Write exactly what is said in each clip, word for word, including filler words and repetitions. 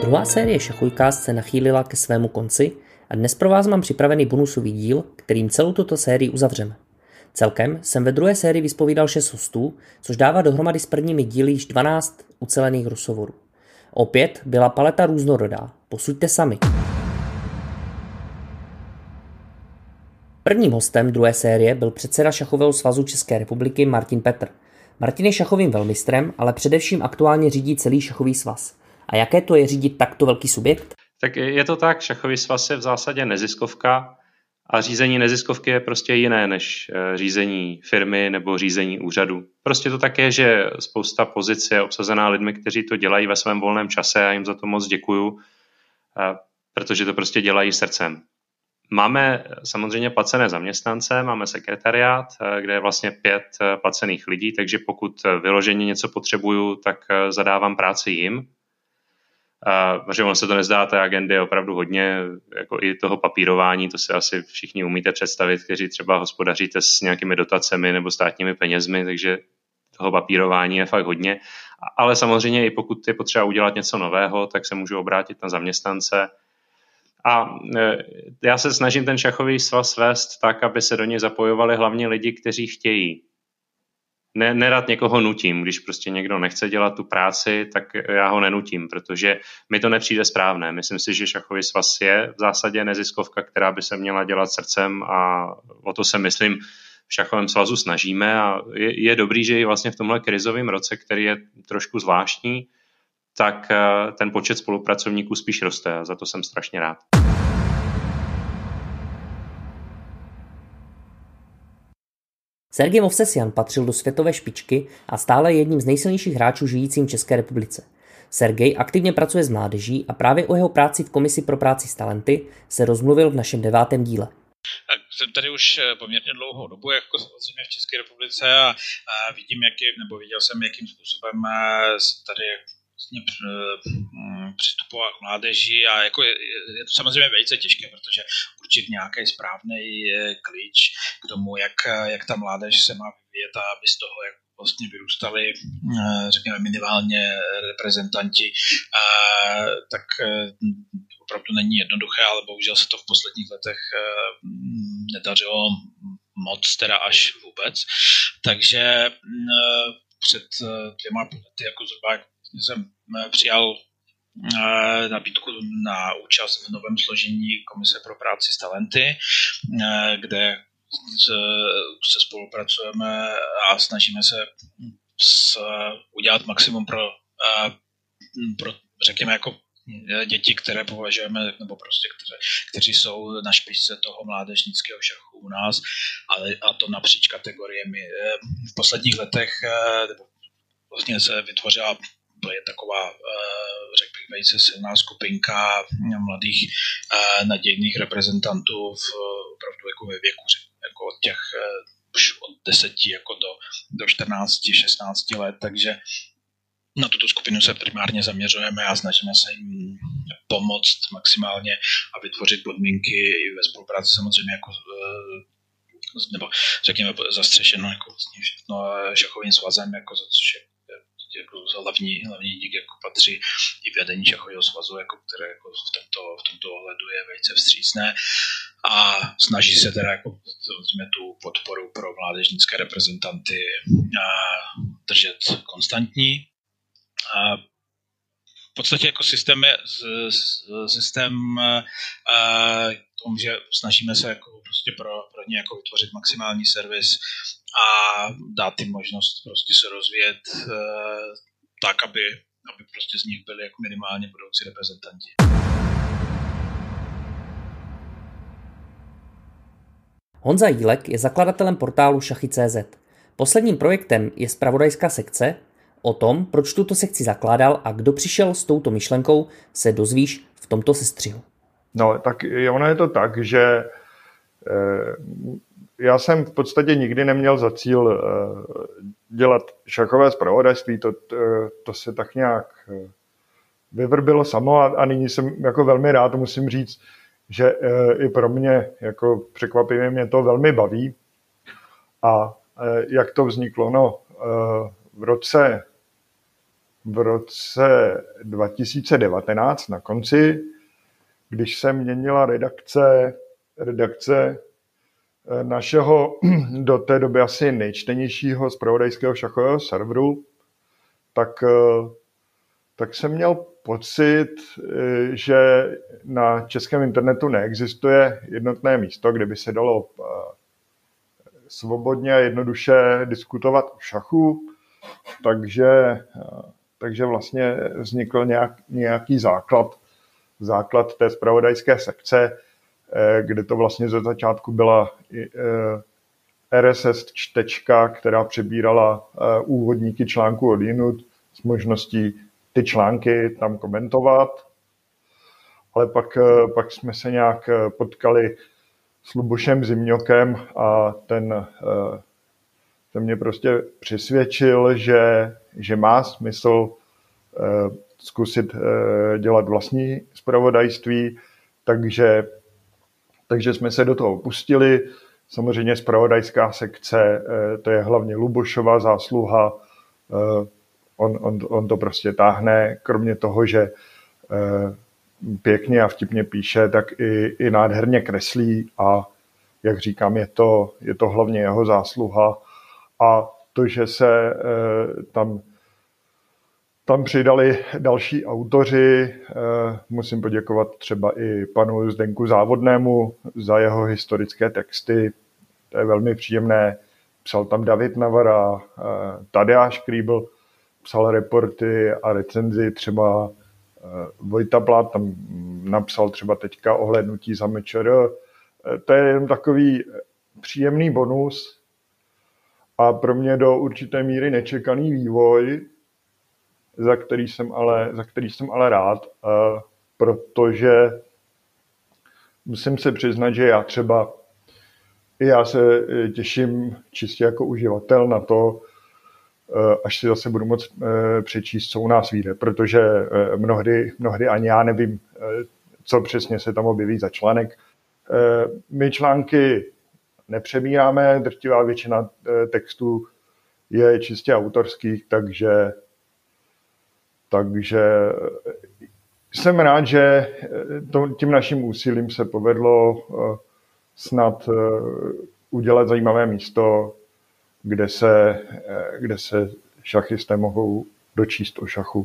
Druhá série Šachujkást se nachýlila ke svému konci a dnes pro vás mám připravený bonusový díl, kterým celou tuto sérii uzavřeme. Celkem jsem ve druhé sérii vyspovídal šest hostů, což dává dohromady s prvními díly již dvanáct ucelených rozhovorů. Opět byla paleta různorodá, posuďte sami. Prvním hostem druhé série byl předseda Šachového svazu České republiky Martin Petr. Martin je šachovým velmistrem, ale především aktuálně řídí celý šachový svaz. A jaké to je řídit takto velký subjekt? Tak je to tak, šachový svaz je v zásadě neziskovka a řízení neziskovky je prostě jiné než řízení firmy nebo řízení úřadu. Prostě to tak je, že spousta pozic je obsazená lidmi, kteří to dělají ve svém volném čase a jim za to moc děkuju, protože to prostě dělají srdcem. Máme samozřejmě placené zaměstnance, máme sekretariát, kde je vlastně pět placených lidí, takže pokud vyloženě něco potřebuju, tak zadávám práci jim. Protože ono se to nezdá, té agendy je opravdu hodně, jako i toho papírování, to si asi všichni umíte představit, kteří třeba hospodaříte s nějakými dotacemi nebo státními penězmi, takže toho papírování je fakt hodně. Ale samozřejmě i pokud je potřeba udělat něco nového, tak se můžu obrátit na zaměstnance. A já se snažím ten šachový svaz vést tak, aby se do něj zapojovali hlavně lidi, kteří chtějí. Ne, nerad někoho nutím, když prostě někdo nechce dělat tu práci, tak já ho nenutím, protože mi to nepřijde správné. Myslím si, že šachový svaz je v zásadě neziskovka, která by se měla dělat srdcem a o to se, myslím, v šachovém svazu snažíme a je, je dobrý, že i vlastně v tomhle krizovém roce, který je trošku zvláštní, tak ten počet spolupracovníků spíš roste a za to jsem strašně rád. Sergej Movsesian patřil do světové špičky a stále je jedním z nejsilnějších hráčů žijícím v České republice. Sergej aktivně pracuje s mládeží a právě o jeho práci v Komisi pro práci s talenty se rozmluvil v našem devátém díle. Jsem tady už poměrně dlouhou dobu jako samozřejmě v České republice a, a vidím, jaký, nebo viděl jsem, jakým způsobem tady vlastně přistupovat k mládeži a jako je, je to samozřejmě velice těžké, protože určit nějaký správný klíč k tomu, jak, jak ta mládež se má vyvíjet a aby z toho jak vlastně vyrůstali, řekněme, minimálně reprezentanti, tak opravdu není jednoduché, ale bohužel se to v posledních letech nedařilo moc, teda až vůbec. Takže před dvěma lety jako zhruba jsem přijal nabídku na účast v novém složení Komise pro práci s talenty, kde se spolupracujeme a snažíme se udělat maximum pro, pro řekněme, jako děti, které považujeme, nebo prostě kteří, kteří jsou na špičce toho mládežnického šachu u nás, ale a to napříč kategoriemi. V posledních letech nebo vlastně se vytvořila je taková, řekl bych, velice silná skupinka mladých nadějných reprezentantů v opravdu jako ve věku jako od těch už od deseti jako do, do čtrnácti, šestnácti let, takže na tuto skupinu se primárně zaměřujeme a snažíme se jim pomoct maximálně a vytvořit podmínky i ve spolupráci samozřejmě jako nebo řekněme zastřešeno jako vlastně všechno šachovým svazem, jako za což je jako hlavní, hlavní dík jako patří i vedení šachového svazu, jako, které jako v, tomto, v tomto ohledu je velice vstřícné a snaží se teda jako tu podporu pro mládežnické reprezentanty držet konstantní. A v podstatě jako systém je systém tom, že snažíme se jako prostě pro, pro ně jako vytvořit maximální servis a dát jim možnost prostě se rozvíjet e, tak, aby, aby prostě z nich byli jako minimálně budoucí reprezentanti. Honza Jílek je zakladatelem portálu šachy tečka cé zet. Posledním projektem je zpravodajská sekce. O tom, proč tuto sekci zakládal a kdo přišel s touto myšlenkou, se dozvíš v tomto sestřihu. No, tak ono je to tak, že e, já jsem v podstatě nikdy neměl za cíl e, dělat šachové zpravodajství, to, to, to se tak nějak vyvrbilo samo a, a nyní jsem jako velmi rád, musím říct, že e, i pro mě, jako překvapivě mě to velmi baví. A e, jak to vzniklo? No, e, v roce v roce dva tisíce devatenáct na konci, když se měnila redakce, redakce našeho do té doby asi nejčtenějšího zpravodajského šachového serveru, tak, tak jsem měl pocit, že na českém internetu neexistuje jednotné místo, kde by se dalo svobodně a jednoduše diskutovat o šachu, takže, takže vlastně vznikl nějak, nějaký základ, základ té zpravodajské sekce, kde to vlastně ze začátku byla R S S čtečka, která přebírala úvodníky článku odjinud s možností ty články tam komentovat. Ale pak, pak jsme se nějak potkali s Lubošem Zimňokem a ten, ten mě prostě přesvědčil, že, že má smysl zkusit dělat vlastní zpravodajství, takže Takže jsme se do toho pustili. Samozřejmě zpravodajská sekce, to je hlavně Lubošova zásluha. On, on, on to prostě táhne. Kromě toho, že pěkně a vtipně píše, tak i, i nádherně kreslí a jak říkám, je to, je to hlavně jeho zásluha. A to, že se tam Tam přidali další autoři, musím poděkovat třeba i panu Zdenku Závodnému za jeho historické texty, to je velmi příjemné. Psal tam David Navara, Tadeáš Krýbl, psal reporty a recenzi, třeba Vojta Plát tam napsal třeba teďka Ohlédnutí za M Č R. To je jen takový příjemný bonus a pro mě do určité míry nečekaný vývoj, za který jsem ale, za který jsem ale rád, protože musím se přiznat, že já třeba já se těším čistě jako uživatel na to, až si zase budu moct přečíst, co u nás vyjde, protože mnohdy, mnohdy ani já nevím, co přesně se tam objeví za článek. My články nepřebíráme, drtivá většina textů je čistě autorských, takže Takže jsem rád, že tím naším úsilím se povedlo snad udělat zajímavé místo, kde se, kde se šachisté mohou dočíst o šachu.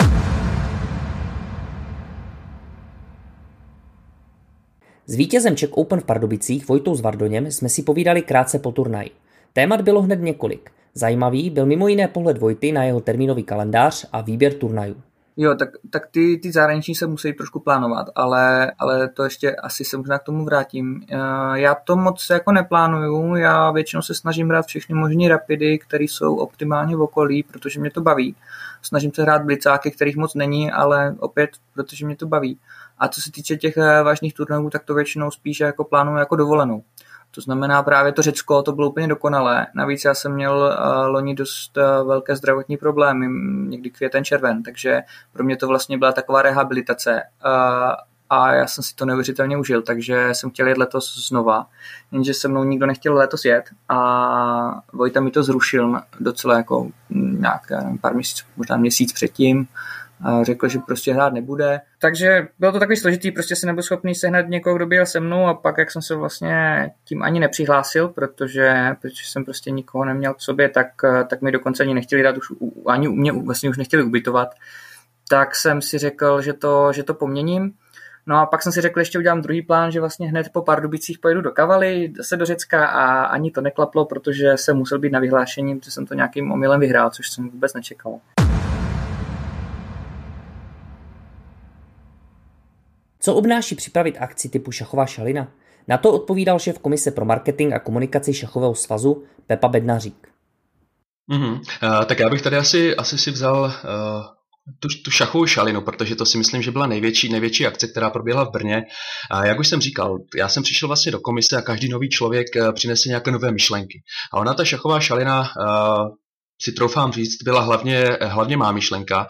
S vítězem Czech Open v Pardubicích Vojtou Zvardoněm jsme si povídali krátce po turnaji. Témat bylo hned několik. Zajímavý byl mimo jiné pohled Vojty na jeho termínový kalendář a výběr turnajů. Jo, tak, tak ty, ty zahraniční se musí trošku plánovat, ale, ale to ještě asi se možná k tomu vrátím. Já to moc jako neplánuju, já většinou se snažím hrát všechny možné rapidy, které jsou optimálně v okolí, protože mě to baví. Snažím se hrát blicáky, kterých moc není, ale opět, protože mě to baví. A co se týče těch vážných turnajů, tak to většinou spíš jako plánuju jako dovolenou. To znamená právě to Řecko, to bylo úplně dokonalé. Navíc já jsem měl uh, loni dost uh, velké zdravotní problémy, někdy květen, červen, takže pro mě to vlastně byla taková rehabilitace uh, a já jsem si to neuvěřitelně užil, takže jsem chtěl jet letos znova, jenže se mnou nikdo nechtěl letos jet a Vojta mi to zrušil docela jako nějak pár měsíců, možná měsíc předtím. A řekl, že prostě hrát nebude. Takže bylo to takový složitý, prostě se nebyl schopný sehnat někoho, kdo by jel se mnou a pak, jak jsem se vlastně tím ani nepřihlásil, protože, protože jsem prostě nikoho neměl k sobě, tak, tak mi dokonce ani nechtěli dát, už, ani mě vlastně už nechtěli ubytovat, tak jsem si řekl, že to, že to poměním. No a pak jsem si řekl, ještě udělám druhý plán, že vlastně hned po Pardubicích pojedu do Kavaly, zase do Řecka a ani to neklaplo, protože jsem musel být na vyhlášení, protože jsem to nějakým omylem vyhrál, což jsem vůbec nečekal. Co obnáší připravit akci typu šachová šalina? Na to odpovídal šéf komise pro marketing a komunikaci šachového svazu Pepa Bednařík. Mm-hmm. Uh, tak já bych tady asi, asi si vzal uh, tu, tu šachovou šalinu, protože to si myslím, že byla největší, největší akce, která proběhla v Brně. A jak už jsem říkal, já jsem přišel vlastně do komise a každý nový člověk uh, přinese nějaké nové myšlenky. A ona, ta šachová šalina, uh, si troufám říct, byla hlavně, hlavně má myšlenka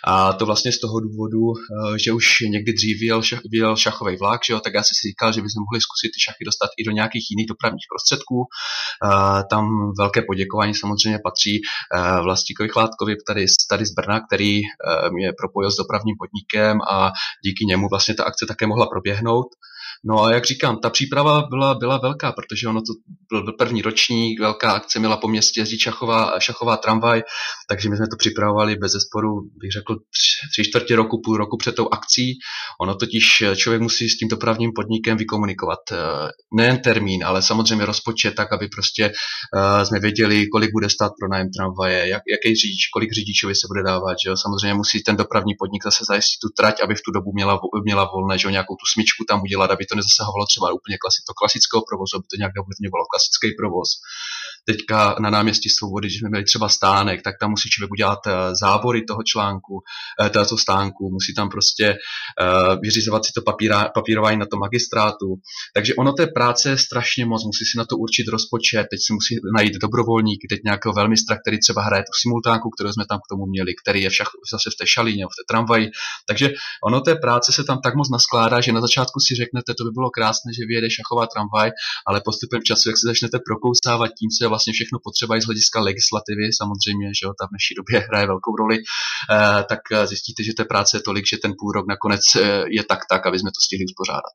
A to vlastně z toho důvodu, že už někdy dřív vyjel, šach, vyjel šachový vlak, že jo, tak já si si říkal, že bychom mohli zkusit ty šachy dostat i do nějakých jiných dopravních prostředků. Tam velké poděkování samozřejmě patří Vlastíkovi Chládkovi tady, tady z Brna, který mě propojil s dopravním podnikem a díky němu vlastně ta akce také mohla proběhnout. No a jak říkám, ta příprava byla, byla velká, protože ono to byl první ročník, velká akce, měla po městě jezdit šachová, šachová tramvaj, takže my jsme to připravovali bez zesporu, bych řekl, tři, tři čtvrtě roku, půl roku před tou akcí. Ono totiž člověk musí s tím dopravním podnikem vykomunikovat nejen termín, ale samozřejmě rozpočet tak, aby prostě uh, jsme věděli, kolik bude stát pronájem tramvaje, jak, jaký řidič, kolik řidičovi se bude dávat, že jo. Samozřejmě musí ten dopravní podnik zase zajistit tu trať, aby v tu dobu měla, měla volné, že jo, nějakou tu smyčku tam udělat, aby to nezasahovalo třeba úplně klasi, to klasického provozu, aby to nějak neovlivňovalo klasický provoz. Teďka na náměstí Svobody, když jsme měli třeba stánek, tak tam musí člověk udělat zábory toho článku, toho stánku, musí tam prostě uh, vyřizovat si to papíra, papírování na tom magistrátu. Takže ono té práce je strašně moc, musí si na to určit rozpočet, teď si musí najít dobrovolníky, teď nějakého velmistra, který třeba hraje tu simultánku, kterou jsme tam k tomu měli, který je však, zase v té šalíně, v té tramvaji. Takže ono té práce se tam tak moc naskládá, že na začátku si řeknete, to by bylo krásné, že vyjede šachová tramvaj, ale postupem času, jak se začnete prokousávat tím, co je vlastně všechno potřeba i z hlediska legislativy, samozřejmě, že jo, ta v dnešní době hraje velkou roli, eh, tak zjistíte, že té práce je tolik, že ten půl rok nakonec je tak tak, aby jsme to stihli uspořádat.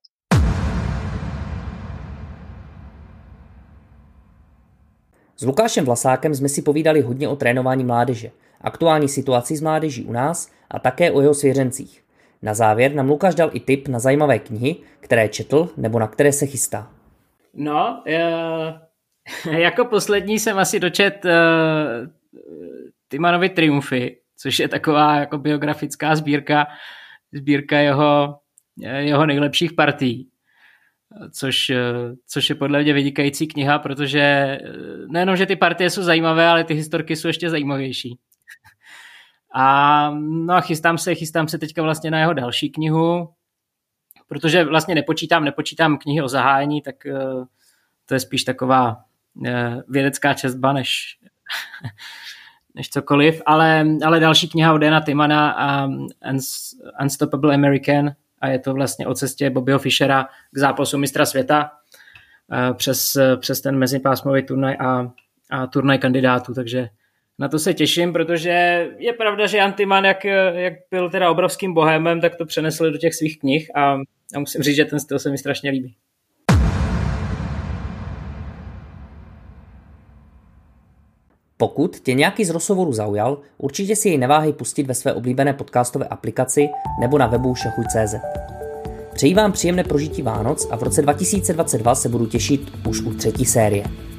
S Lukášem Vlasákem jsme si povídali hodně o trénování mládeže, aktuální situaci s mládeží u nás a také o jeho svěřencích. Na závěr nám Lukáš dal i tip na zajímavé knihy, které četl nebo na které se chystá. No, uh, jako poslední jsem asi dočet uh, Timanovy triumfy, což je taková jako biografická sbírka, sbírka jeho, jeho nejlepších partií. Což, což je podle mě vynikající kniha, protože nejenom, že ty partie jsou zajímavé, ale ty historky jsou ještě zajímavější. A no a chystám se, chystám se teďka vlastně na jeho další knihu, protože vlastně nepočítám, nepočítám knihy o zahájení, tak uh, to je spíš taková uh, vědecká čestba, než, než cokoliv, ale, ale další kniha od Dana Timana um, Unstoppable American, a je to vlastně o cestě Bobbyho Fischera k zápasu mistra světa uh, přes, přes ten mezipásmový turnaj a, a turnaj kandidátů, takže na to se těším, protože je pravda, že Jan Timan, jak, jak byl teda obrovským bohémem, tak to přenesl do těch svých knih a, a musím říct, že ten styl se mi strašně líbí. Pokud tě nějaký z rozhovorů zaujal, určitě si jej neváhej pustit ve své oblíbené podcastové aplikaci nebo na webu šachuj tečka cé zet. Přeji vám příjemné prožití Vánoc a v roce dva tisíce dvacet dva se budu těšit už u třetí série.